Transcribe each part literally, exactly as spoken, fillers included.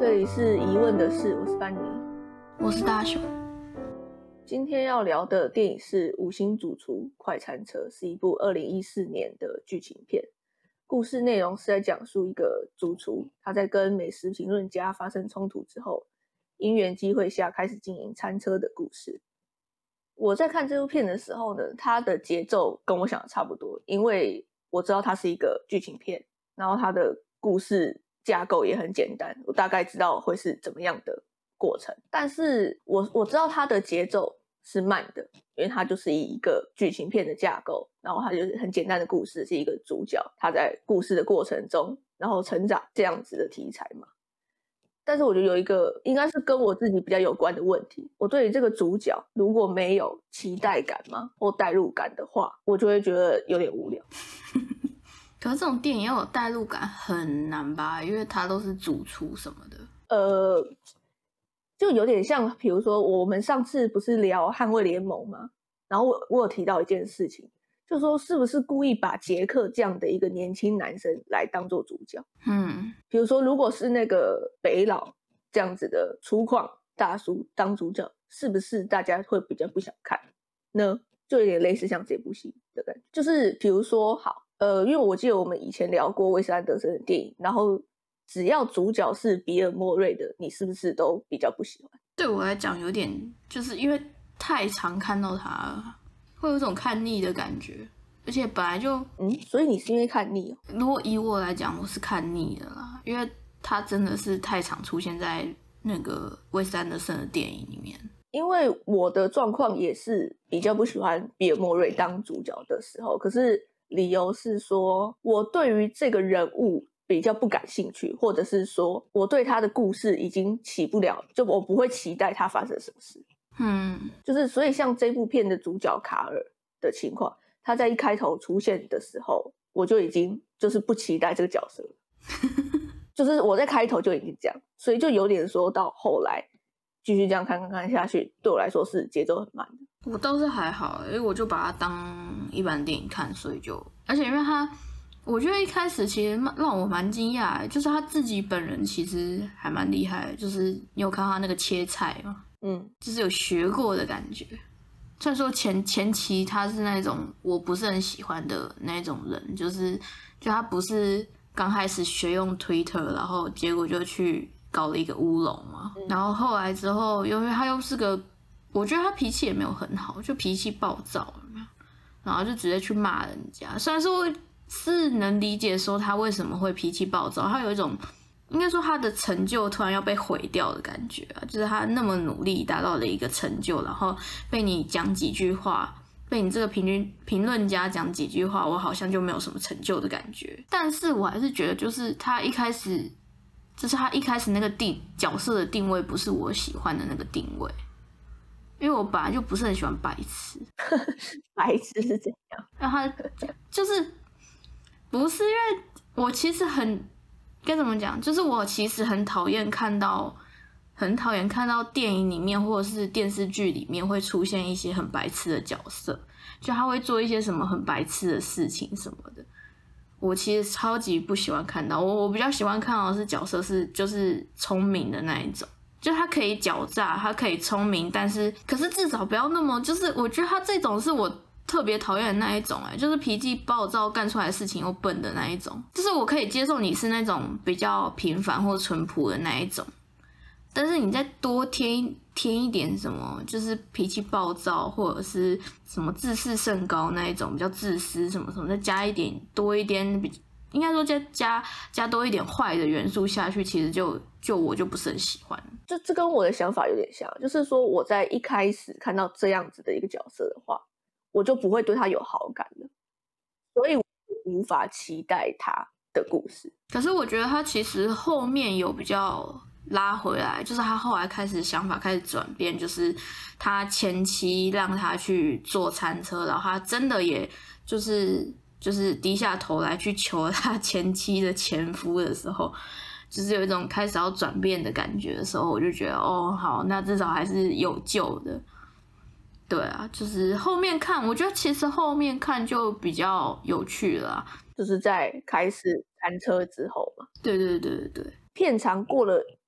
这里是疑问的事，我是班尼， 我是大雄。 今天要聊的电影是《五星主厨快餐车》，是一部二零一四年的剧情片。故事内容是在讲述一个主厨，他在跟美食评论家发生冲突之后，因缘机会下开始经营餐车的故事。我在看这部片的时候呢，它的节奏跟我想的差不多，因为我知道它是一个剧情片，然后它的故事架构也很简单，我大概知道会是怎么样的过程。但是我我知道它的节奏是慢的，因为它就是以一个剧情片的架构，然后它就是很简单的故事，是一个主角他在故事的过程中然后成长这样子的题材嘛。但是我觉得有一个应该是跟我自己比较有关的问题，我对于这个主角如果没有期待感吗或代入感的话，我就会觉得有点无聊。 可是这种电影要有代入感很难吧，因为它都是主厨什么的。 呃，就有点像比如说我们上次不是聊捍卫联盟吗，然后 我, 我有提到一件事情，就说是不是故意把杰克这样的一个年轻男生来当做主角。 嗯， 比如说如果是那个北老这样子的粗犷大叔当主角，是不是大家会比较不想看呢？就有点类似像这部戏的感觉。就是比如说好呃，因为我记得我们以前聊过威斯安德森的电影，然后只要主角是比尔莫瑞的，你是不是都比较不喜欢？ 对我来讲有点就是因为太常看到他了，会有一种看腻的感觉，而且本来就嗯，所以你是因为看腻哦？ 如果以我来讲，我是看腻的啦，因为他真的是太常出现在那个威斯安德森的电影里面。 因为我的状况也是比较不喜欢比尔莫瑞当主角的时候，可是理由是说我对于这个人物比较不感兴趣，或者是说我对他的故事已经起不了，就我不会期待他发生什么事。 嗯， 就是所以像这部片的主角卡尔的情况，他在一开头出现的时候，我就已经就是不期待这个角色了就是我在开头就已经这样，所以就有点说到后来继续这样看看看下去，对我来说是节奏很慢的。 我倒是还好，因为我就把它当一般电影看，所以就而且因为他我觉得一开始其实让我蛮惊讶，就是他自己本人其实还蛮厉害的，就是你有看他那个切菜吗？ 嗯， 就是有学过的感觉。虽然说前前期他是那种我不是很喜欢的那种人，就是就他不是刚开始学用 Twitter， 然后结果就去搞了一个乌龙嘛、嗯、然后后来之后因为他又是个我觉得他脾气也没有很好，就脾气暴躁，然后就直接去骂人家。虽然说是能理解说他为什么会脾气暴躁，他有一种应该说他的成就突然要被毁掉的感觉啊，就是他那么努力达到了一个成就，然后被你讲几句话，被你这个评论评论家讲几句话，我好像就没有什么成就的感觉。但是我还是觉得就是他一开始就是他一开始那个定角色的定位不是我喜欢的那个定位，因为我本来就不是很喜欢白痴白痴是怎样？ 然后他就是不是因为我其实很该怎么讲，就是我其实很讨厌看到很讨厌看到电影里面或者是电视剧里面会出现一些很白痴的角色，就他会做一些什么很白痴的事情什么的，我其实超级不喜欢看到。我我比较喜欢看到的是角色是就是聪明的那一种，就他可以狡诈，他可以聪明，但是可是至少不要那么就是我觉得他这种是我特别讨厌的那一种、欸、就是脾气暴躁干出来的事情又笨的那一种。就是我可以接受你是那种比较平凡或淳朴的那一种，但是你再多添添一点什么就是脾气暴躁或者是什么自视甚高那一种比较自私什么什么，再加一点多一点应该说加加加多一点坏的元素下去，其实就就我就不是很喜欢。 就这跟我的想法有点像，就是说我在一开始看到这样子的一个角色的话，我就不会对他有好感了，所以我无法期待他的故事。 可是我觉得他其实后面有比较拉回来，就是他后来开始想法开始转变，就是他前期让他去做餐车，然后他真的也就是就是低下头来去求他前妻的前夫的时候，就是有一种开始要转变的感觉的时候，我就觉得哦好，那至少还是有救的。对啊，就是后面看我觉得其实后面看就比较有趣了、啊、 就是在开始餐车之后嘛。 对对对对对， 片长过了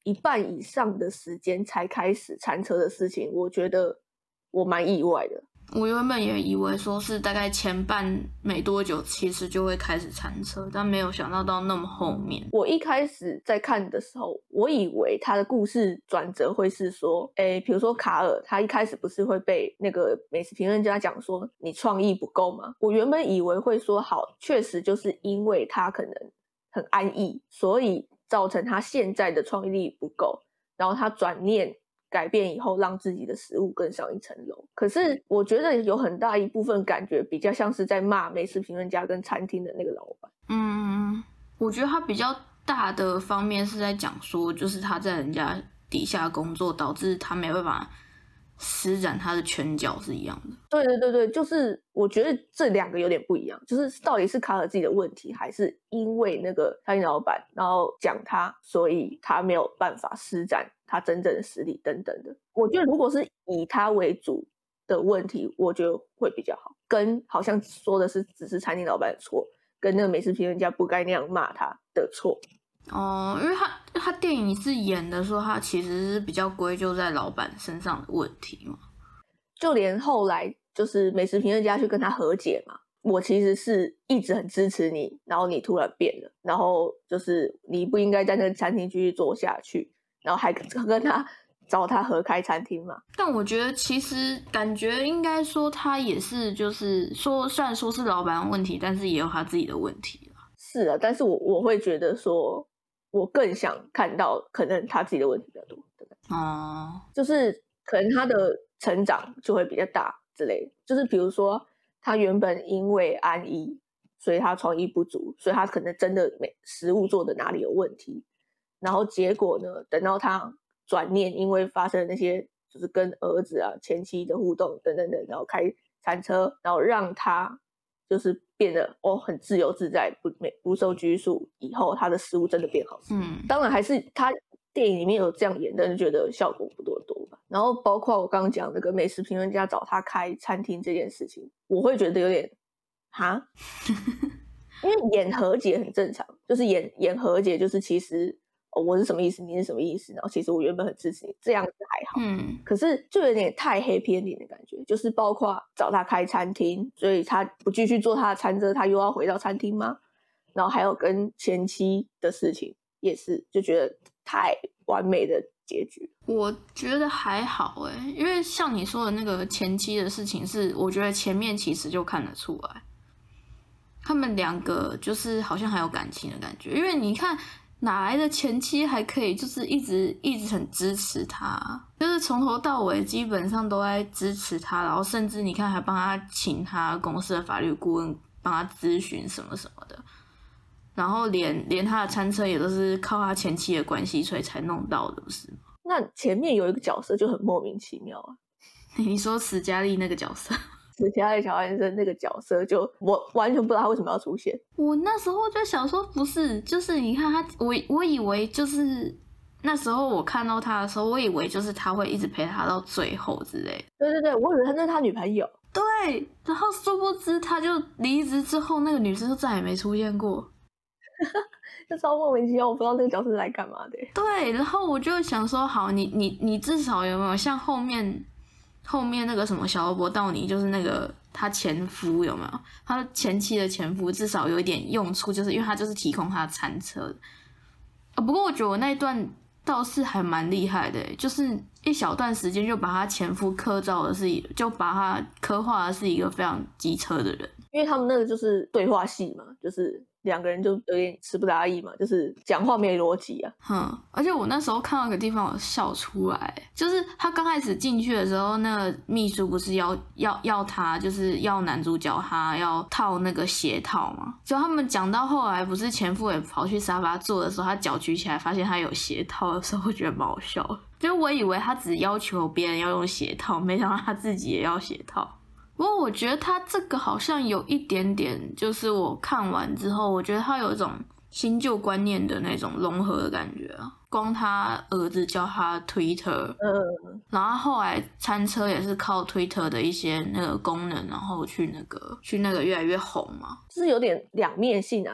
一半以上的时间才开始餐车的事情，我觉得我蛮意外的。 我原本也以为说是大概前半没多久其实就会开始餐车，但没有想到到那么后面。 我一开始在看的时候，我以为他的故事转折会是说，诶，比如说卡尔，他一开始不是会被那个美食评论家讲说你创意不够吗？我原本以为会说，好，确实就是因为他可能很安逸，所以造成他现在的创意力不够，然后他转念改变以后，让自己的食物更上一层楼。可是我觉得有很大一部分感觉比较像是在骂美食评论家跟餐厅的那个老板。 嗯，我觉得他比较大的方面是在讲说，就是他在人家底下工作，导致他没办法施展他的拳脚是一样的。 对对对对，就是我觉得这两个有点不一样，就是到底是卡尔自己的问题，还是因为那个餐厅老板然后讲他，所以他没有办法施展他真正的实力等等的。我觉得如果是以他为主的问题，我觉得会比较好，跟好像说的是只是餐厅老板的错，跟那个美食评论家不该那样骂他的错。 哦，因为他他电影是演的说他其实是比较归咎在老板身上的问题嘛， 就连后来就是美食评论家去跟他和解嘛，我其实是一直很支持你，然后你突然变了，然后就是你不应该在那个餐厅继续做下去，然后还跟他找他合开餐厅嘛。 但我觉得其实感觉应该说他也是就是说虽然说是老板的问题，但是也有他自己的问题啦。 是啊，但是我我会觉得说我更想看到可能他自己的问题比较多。 哦， 就是可能他的成长就会比较大之类的，就是比如说他原本因为安逸，所以他创意不足，所以他可能真的没食物做的哪里有问题，然后结果呢，等到他转念，因为发生了那些就是跟儿子啊前妻的互动等等等，然后开餐车，然后让他就是变得哦很自由自在，不没不受拘束，以后他的食物真的变好吃。 嗯， 当然还是他电影里面有这样演，但是觉得效果不多多吧。然后包括我刚刚讲那个美食评论家找他开餐厅这件事情，我会觉得有点哈，因为演和解很正常，就是演演和解就是其实、哦、我是什么意思，你是什么意思，然后其实我原本很支持你，这样子还好。 嗯， 可是就有点太黑偏点的感觉，就是包括找他开餐厅，所以他不继续做他的餐车，他又要回到餐厅吗？然后还有跟前妻的事情也是，就觉得太完美的结局。 我觉得还好诶，因为像你说的那个前妻的事情是，我觉得前面其实就看得出来，他们两个就是好像还有感情的感觉，因为你看哪来的前妻还可以就是一直一直很支持他，就是从头到尾基本上都在支持他，然后甚至你看还帮他请他公司的法律顾问帮他咨询什么什么的，然后连连他的餐车也都是靠他前妻的关系所以才弄到的，不是吗？ 那前面有一个角色就很莫名其妙啊， 你说史嘉丽那个角色， 史嘉丽·乔安森那个角色就我完全不知道他为什么要出现。 我那时候就想说，不是，就是你看他，我我以为就是那时候我看到他的时候，我以为就是他会一直陪他到最后之类的。 对对对，我以为他那是他女朋友。 对，然后殊不知他就离职之后，那个女生就再也没出现过。 就超莫名其妙，我不知道那个角色是来干嘛的。 对，然后我就想说，好，你你你至少有没有像后面后面那个什么小罗伯道尼，就是那个他前夫有没有？他前妻的前夫至少有一点用处，就是因为他就是提供他的餐车的。啊，不过我觉得我那一段倒是还蛮厉害的，就是一小段时间就把他前夫刻造的是，就把他刻画的是一个非常机车的人， 因为他们那个就是对话戏嘛，就是两个人就有点词不达意嘛，就是讲话没逻辑啊。 嗯，而且我那时候看到一个地方我笑出来，就是他刚开始进去的时候，那个秘书不是要要要他，就是要男主角他要套那个鞋套嘛，就他们讲到后来，不是前夫也跑去沙发坐的时候，他脚举起来发现他有鞋套的时候，我觉得蛮好笑的。就我以为他只要求别人要用鞋套，没想到他自己也要鞋套。不过我觉得他这个好像有一点点，就是我看完之后，我觉得他有一种新旧观念的那种融合的感觉啊。光他儿子叫他 Twitter， 嗯， 然后后来餐车也是靠 Twitter 的一些那个功能，然后去那个去那个越来越红嘛。 就是有点两面性啊，就是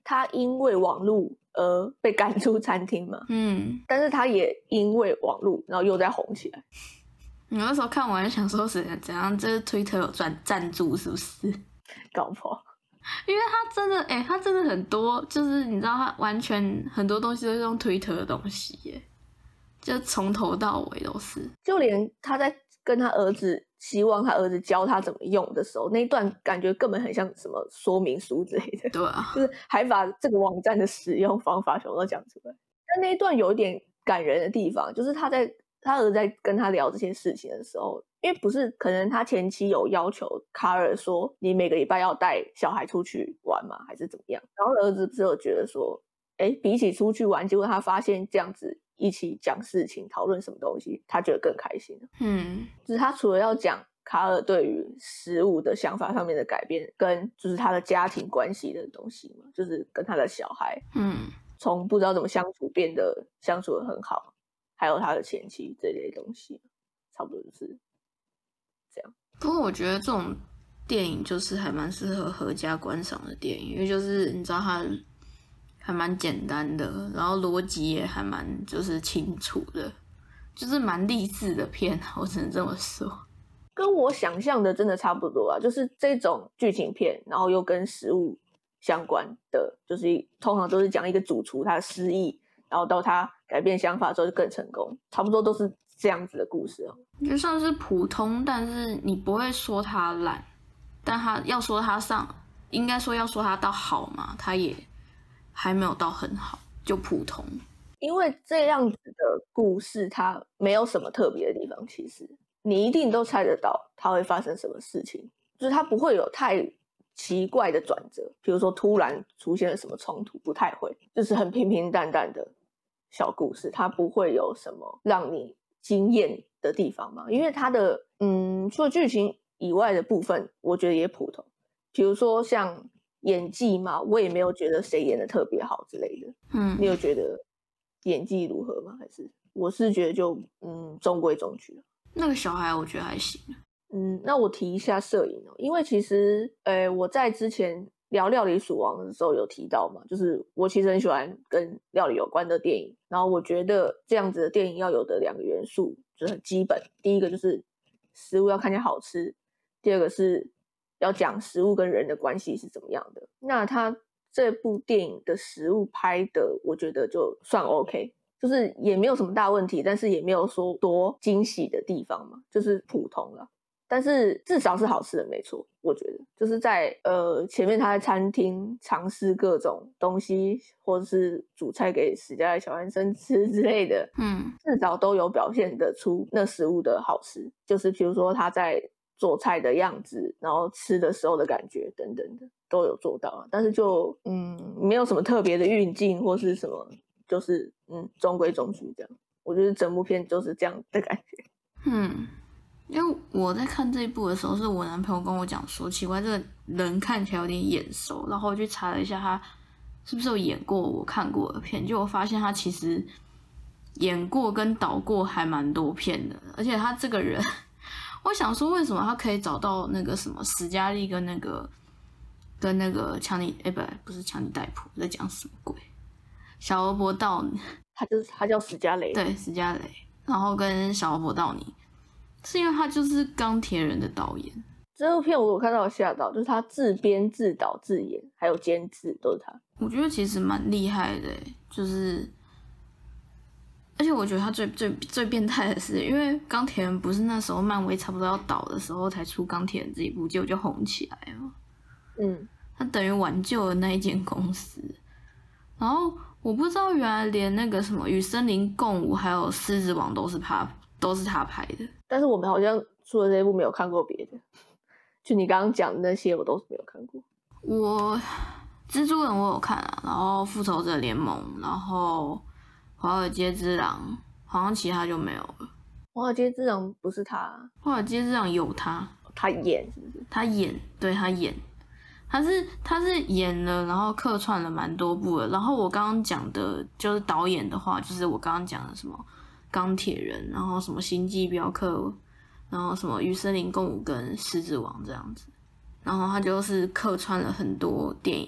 他因为网络而被赶出餐厅嘛， 嗯， 但是他也因为网络然后又再红起来。 我那时候看完想说是怎样，这是 Twitter 有赞赞助是不是？ 搞不好， 因为他真的，哎、欸，他真的很多，就是你知道，他完全很多东西都是用 Twitter 的东西耶，就从头到尾都是。 就连他在跟他儿子希望他儿子教他怎么用的时候，那一段感觉根本很像什么说明书之类的。 对啊， 就是还把这个网站的使用方法全部都讲出来。但那一段有一点感人的地方，就是他在他儿子在跟他聊这些事情的时候，因为不是可能他前妻有要求卡尔说你每个礼拜要带小孩出去玩吗，还是怎么样？然后儿子不是有觉得说，哎，比起出去玩，结果他发现这样子一起讲事情、讨论什么东西，他觉得更开心。 嗯， 就是他除了要讲卡尔对于食物的想法上面的改变，跟就是他的家庭关系的东西嘛，就是跟他的小孩， 嗯， 从不知道怎么相处变得相处得很好，还有他的前妻这类东西，差不多就是这样。 不过我觉得这种电影就是还蛮适合合家观赏的电影，因为就是你知道它还蛮简单的，然后逻辑也还蛮就是清楚的，就是蛮励志的片，我只能这么说。 跟我想象的真的差不多啊，就是这种剧情片，然后又跟食物相关的，就是通常都是讲一个主厨他失忆，然后到他改变想法之后就更成功，差不多都是这样子的故事哦。 就算是普通，但是你不会说它烂，但他要说它上，应该说要说它到好嘛，它也还没有到很好，就普通。 因为这样子的故事，它没有什么特别的地方，其实你一定都猜得到它会发生什么事情，就是它不会有太奇怪的转折，比如说突然出现了什么冲突，不太会，就是很平平淡淡的小故事，它不会有什么让你惊艳的地方嘛。因为它的嗯，除了剧情以外的部分，我觉得也普通，比如说像演技嘛，我也没有觉得谁演的特别好之类的。 嗯， 你有觉得演技如何吗？还是我是觉得就嗯中规中矩。 那个小孩我觉得还行。 嗯，那我提一下摄影哦，因为其实呃我在之前聊料理鼠王的时候有提到嘛，就是我其实很喜欢跟料理有关的电影，然后我觉得这样子的电影要有的两个元素就是很基本，第一个就是食物要看起来好吃，第二个是要讲食物跟人的关系是怎么样的。那他这部电影的食物拍的我觉得就算 OK， 就是也没有什么大问题，但是也没有说多惊喜的地方嘛，就是普通啦，但是至少是好吃的没错。我觉得就是在呃前面他在餐厅尝试各种东西，或者是煮菜给史家的小男生吃之类的， 嗯， 至少都有表现得出那食物的好吃，就是比如说他在做菜的样子，然后吃的时候的感觉等等的都有做到，但是就嗯没有什么特别的运镜或是什么，就是嗯中规中矩这样。我觉得整部片就是这样的感觉。 嗯，因为我在看这一部的时候，是我男朋友跟我讲说，奇怪，这个人看起来有点眼熟，然后我去查了一下他是不是有演过我看过的片，就我发现他其实演过跟导过还蛮多片的，而且他这个人。我想说，为什么他可以找到那个什么史嘉丽跟那个跟那个强尼？哎、欸，不，不是强尼戴普，在讲什么鬼？小罗伯道尼， 他就是他叫史嘉蕾， 对，史嘉蕾，然后跟小罗伯道尼，是因为他就是钢铁人的导演。 这部片我有看到吓到，就是他自编自导自演还有监制都是他。 我觉得其实蛮厉害的，就是。而且我觉得他最最最变态的是，因为钢铁人不是那时候漫威差不多要倒的时候才出钢铁人这一部，结果就红起来了。 嗯， 他等于挽救了那一间公司。然后我不知道原来连那个什么与森林共舞还有狮子王都是他都是他拍的。 但是我们好像除了这一部没有看过别的，就你刚刚讲的那些我都是没有看过。 我蜘蛛人我有看啊，然后复仇者联盟，然后。华尔街之狼好像其他就没有了。 华尔街之狼不是他， 华尔街之狼有他， 他演是不是？ 他演，对他演，他是他是演了，然后客串了蛮多部的。然后我刚刚讲的就是导演的话，就是我刚刚讲的什么钢铁人，然后什么星际镖客，然后什么与森林共舞跟狮子王这样子。然后他就是客串了很多电影啊。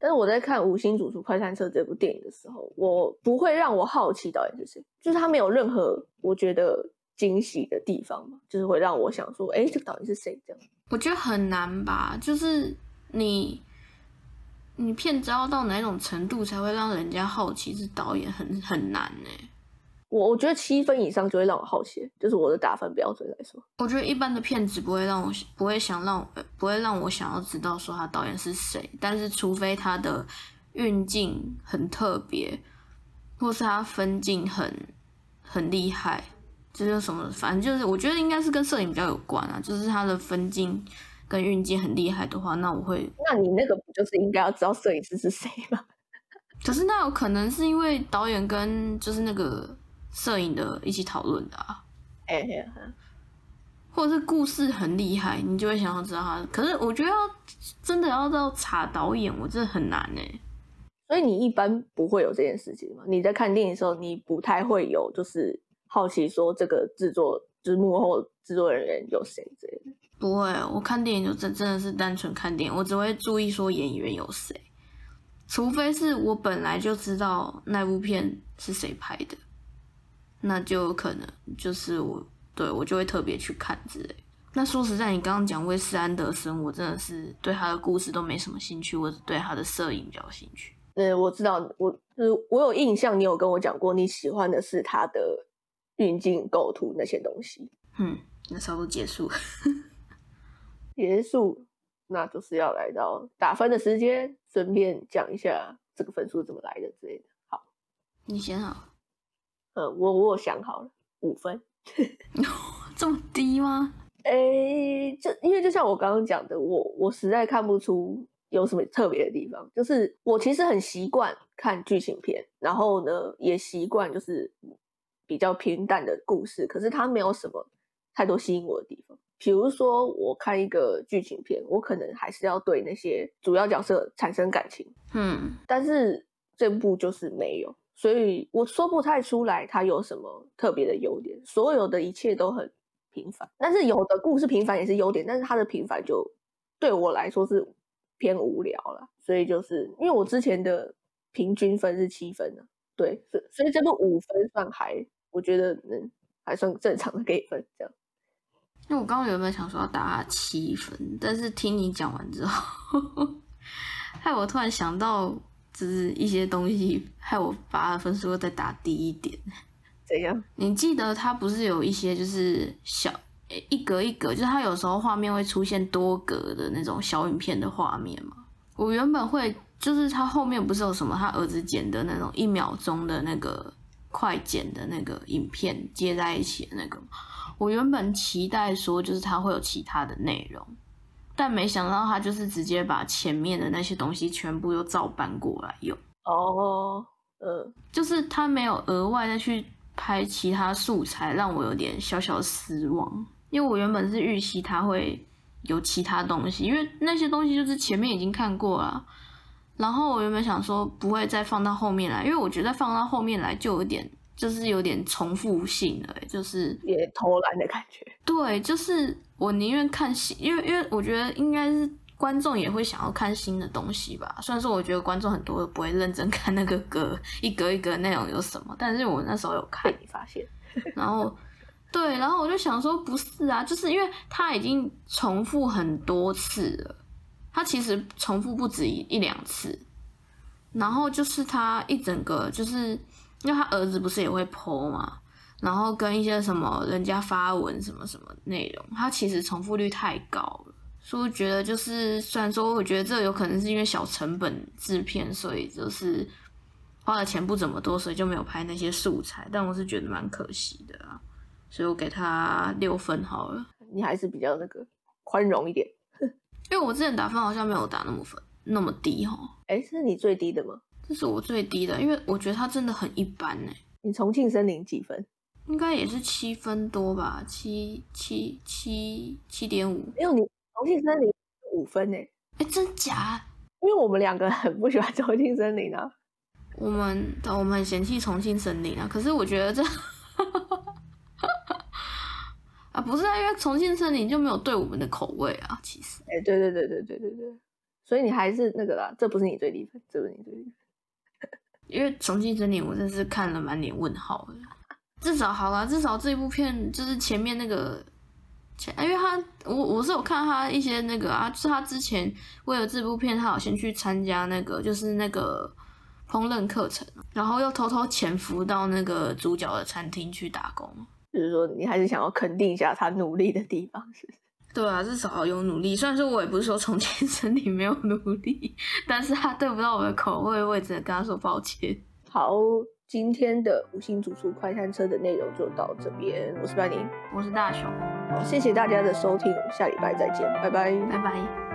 但是我在看《五星主厨快餐车》这部电影的时候，我不会让我好奇导演是谁，就是他没有任何我觉得惊喜的地方嘛，就是会让我想说，哎，这个导演是谁这样。 我觉得很难吧，就是你你片子要到哪种程度才会让人家好奇是导演很很难呢、欸？ 我我觉得七分以上就会让我好奇，就是我的打分标准来说。 我觉得一般的片子不会让我不会想让我不会让我想要知道说他导演是谁，但是除非他的运镜很特别，或是他分镜很很厉害，就是什么，反正就是我觉得应该是跟摄影比较有关啊，就是他的分镜跟运镜很厉害的话，那我会。 那你那个不就是应该要知道摄影师是谁吗？ 可是那有可能是因为导演跟就是那个摄影的一起讨论的啊， 哎呀， 或者是故事很厉害，你就会想要知道他。可是我觉得要真的要到查导演，我真的很难哎、欸。 所以你一般不会有这件事情吗？你在看电影的时候，你不太会有就是好奇说这个制作就是幕后制作人员有谁之类的？ 不会，我看电影就真真的是单纯看电影，我只会注意说演员有谁，除非是我本来就知道那部片是谁拍的，那就可能就是我对我就会特别去看之类的。那说实在，你刚刚讲威斯安德森，我真的是对他的故事都没什么兴趣，我只对他的摄影比较有兴趣。 嗯，我知道，我就是我有印象，你有跟我讲过，你喜欢的是他的运镜、构图那些东西。 嗯，那差不多结束了。 结束，那就是要来到打分的时间，顺便讲一下这个分数怎么来的之类的。好， 你先好。 嗯，我我有想好了，五分。 这么低吗？ 诶，就因为就像我刚刚讲的，我我实在看不出有什么特别的地方。就是我其实很习惯看剧情片，然后呢，也习惯就是比较平淡的故事，可是它没有什么太多吸引我的地方。比如说，我看一个剧情片，我可能还是要对那些主要角色产生感情， 嗯， 但是这部就是没有，所以我说不太出来它有什么特别的优点。所有的一切都很平凡，但是有的故事平凡也是优点，但是它的平凡就对我来说是偏无聊啦。所以就是因为我之前的平均分是七分啊，对，所以所以这部五分算还，我觉得嗯还算正常的给分这样。 因为我刚刚原本想说要打七分，但是听你讲完之后，害我突然想到，就是一些东西，害我把它的分数又再打低一点。 怎样？ 你记得它不是有一些就是小一格一格，就是它有时候画面会出现多格的那种小影片的画面吗？我原本会就是它后面不是有什么他儿子剪的那种一秒钟的那个快剪的那个影片接在一起的那个吗？我原本期待说就是它会有其他的内容，但没想到他就是直接把前面的那些东西全部又照搬过来用。 哦，嗯， 就是他没有额外再去拍其他素材，让我有点小小失望。因为我原本是预期他会有其他东西，因为那些东西就是前面已经看过了。然后我原本想说不会再放到后面来，因为我觉得放到后面来就有点就是有点重复性了，就是有点偷懒的感觉。 对，就是我宁愿看新，因为因为我觉得应该是观众也会想要看新的东西吧。虽然说我觉得观众很多都不会认真看那个格一格一格的内容有什么，但是我那时候有看， 被你发现。 然后对，然后我就想说不是啊，就是因为它已经重复很多次了，它其实重复不止一一两次，然后就是它一整个就是因为他儿子不是也会 po 嘛，然后跟一些什么人家发文什么什么内容，它其实重复率太高了，所以我觉得就是虽然说我觉得这有可能是因为小成本制片，所以就是花的钱不怎么多，所以就没有拍那些素材，但我是觉得蛮可惜的啊，所以我给他六分好了。 你还是比较那个宽容一点， 因为我之前打分好像没有打那么分那么低齁。 哎，是你最低的吗？ 这是我最低的，因为我觉得它真的很一般欸。 你重庆森林几分？ 应该也是七分多吧，七七七七点五。 没有，你重庆森林五分呢？ 哎，真假？ 因为我们两个很不喜欢重庆森林啊。 我们我们很嫌弃重庆森林啊，可是我觉得这啊不是啊，因为重庆森林就没有对我们的口味啊，其实。 哎，对对对对对对对， 所以你还是那个啦，这不是你最低分，这不是你最低分。 因为重庆森林我真是看了满脸问号的。至少好啦，至少这一部片就是前面那个，前因为他我我是有看他一些那个啊，就是他之前为了这部片，他有先去参加那个就是那个烹饪课程，然后又偷偷潜伏到那个主角的餐厅去打工。 就是说，你还是想要肯定一下他努力的地方，是不是？ 对啊，至少有努力。虽然说我也不是说重庆森林没有努力，但是他对不到我的口味，我也只能跟他说抱歉。 好，今天的五星主厨快餐车的内容就到这边。我是班宁， 我是大雄。 好，谢谢大家的收听，我们下礼拜再见，拜拜， 拜拜。